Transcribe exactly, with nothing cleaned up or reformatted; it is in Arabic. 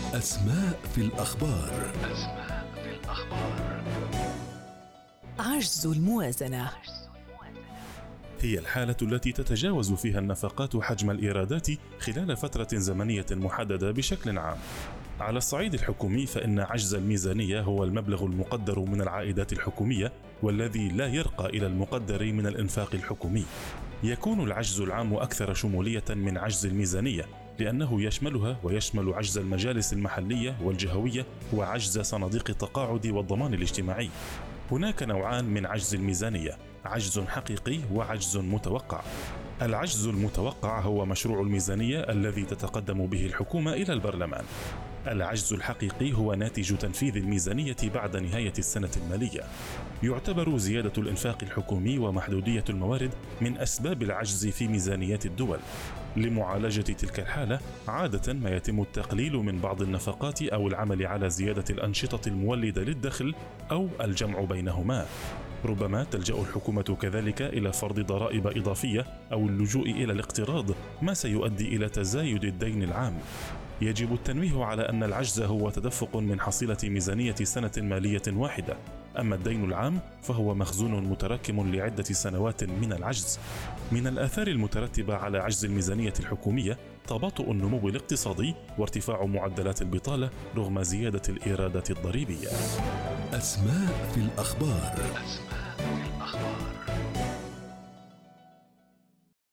أسماء في الأخبار. أسماء في الأخبار. عجز الموازنة هي الحالة التي تتجاوز فيها النفقات حجم الإيرادات خلال فترة زمنية محددة بشكل عام. على الصعيد الحكومي فإن عجز الميزانية هو المبلغ المقدر من العائدات الحكومية والذي لا يرقى إلى المقدر من الإنفاق الحكومي. يكون العجز العام أكثر شمولية من عجز الميزانية لأنه يشملها ويشمل عجز المجالس المحلية والجهوية وعجز صناديق التقاعد والضمان الاجتماعي. هناك نوعان من عجز الميزانية: عجز حقيقي وعجز متوقع. العجز المتوقع هو مشروع الميزانية الذي تتقدم به الحكومة إلى البرلمان. العجز الحقيقي هو ناتج تنفيذ الميزانية بعد نهاية السنة المالية. يعتبر زيادة الإنفاق الحكومي ومحدودية الموارد من أسباب العجز في ميزانيات الدول. لمعالجة تلك الحالة عادة ما يتم التقليل من بعض النفقات أو العمل على زيادة الأنشطة المولدة للدخل أو الجمع بينهما. ربما تلجأ الحكومة كذلك إلى فرض ضرائب إضافية أو اللجوء إلى الاقتراض، ما سيؤدي إلى تزايد الدين العام. يجب التنويه على أن العجز هو تدفق من حصيلة ميزانية سنة مالية واحدة، أما الدين العام فهو مخزون متراكم لعدة سنوات من العجز. من الآثار المترتبة على عجز الميزانية الحكومية تباطؤ النمو الاقتصادي وارتفاع معدلات البطالة رغم زيادة الإيرادات الضريبية. أسماء في الأخبار. أسماء في الأخبار.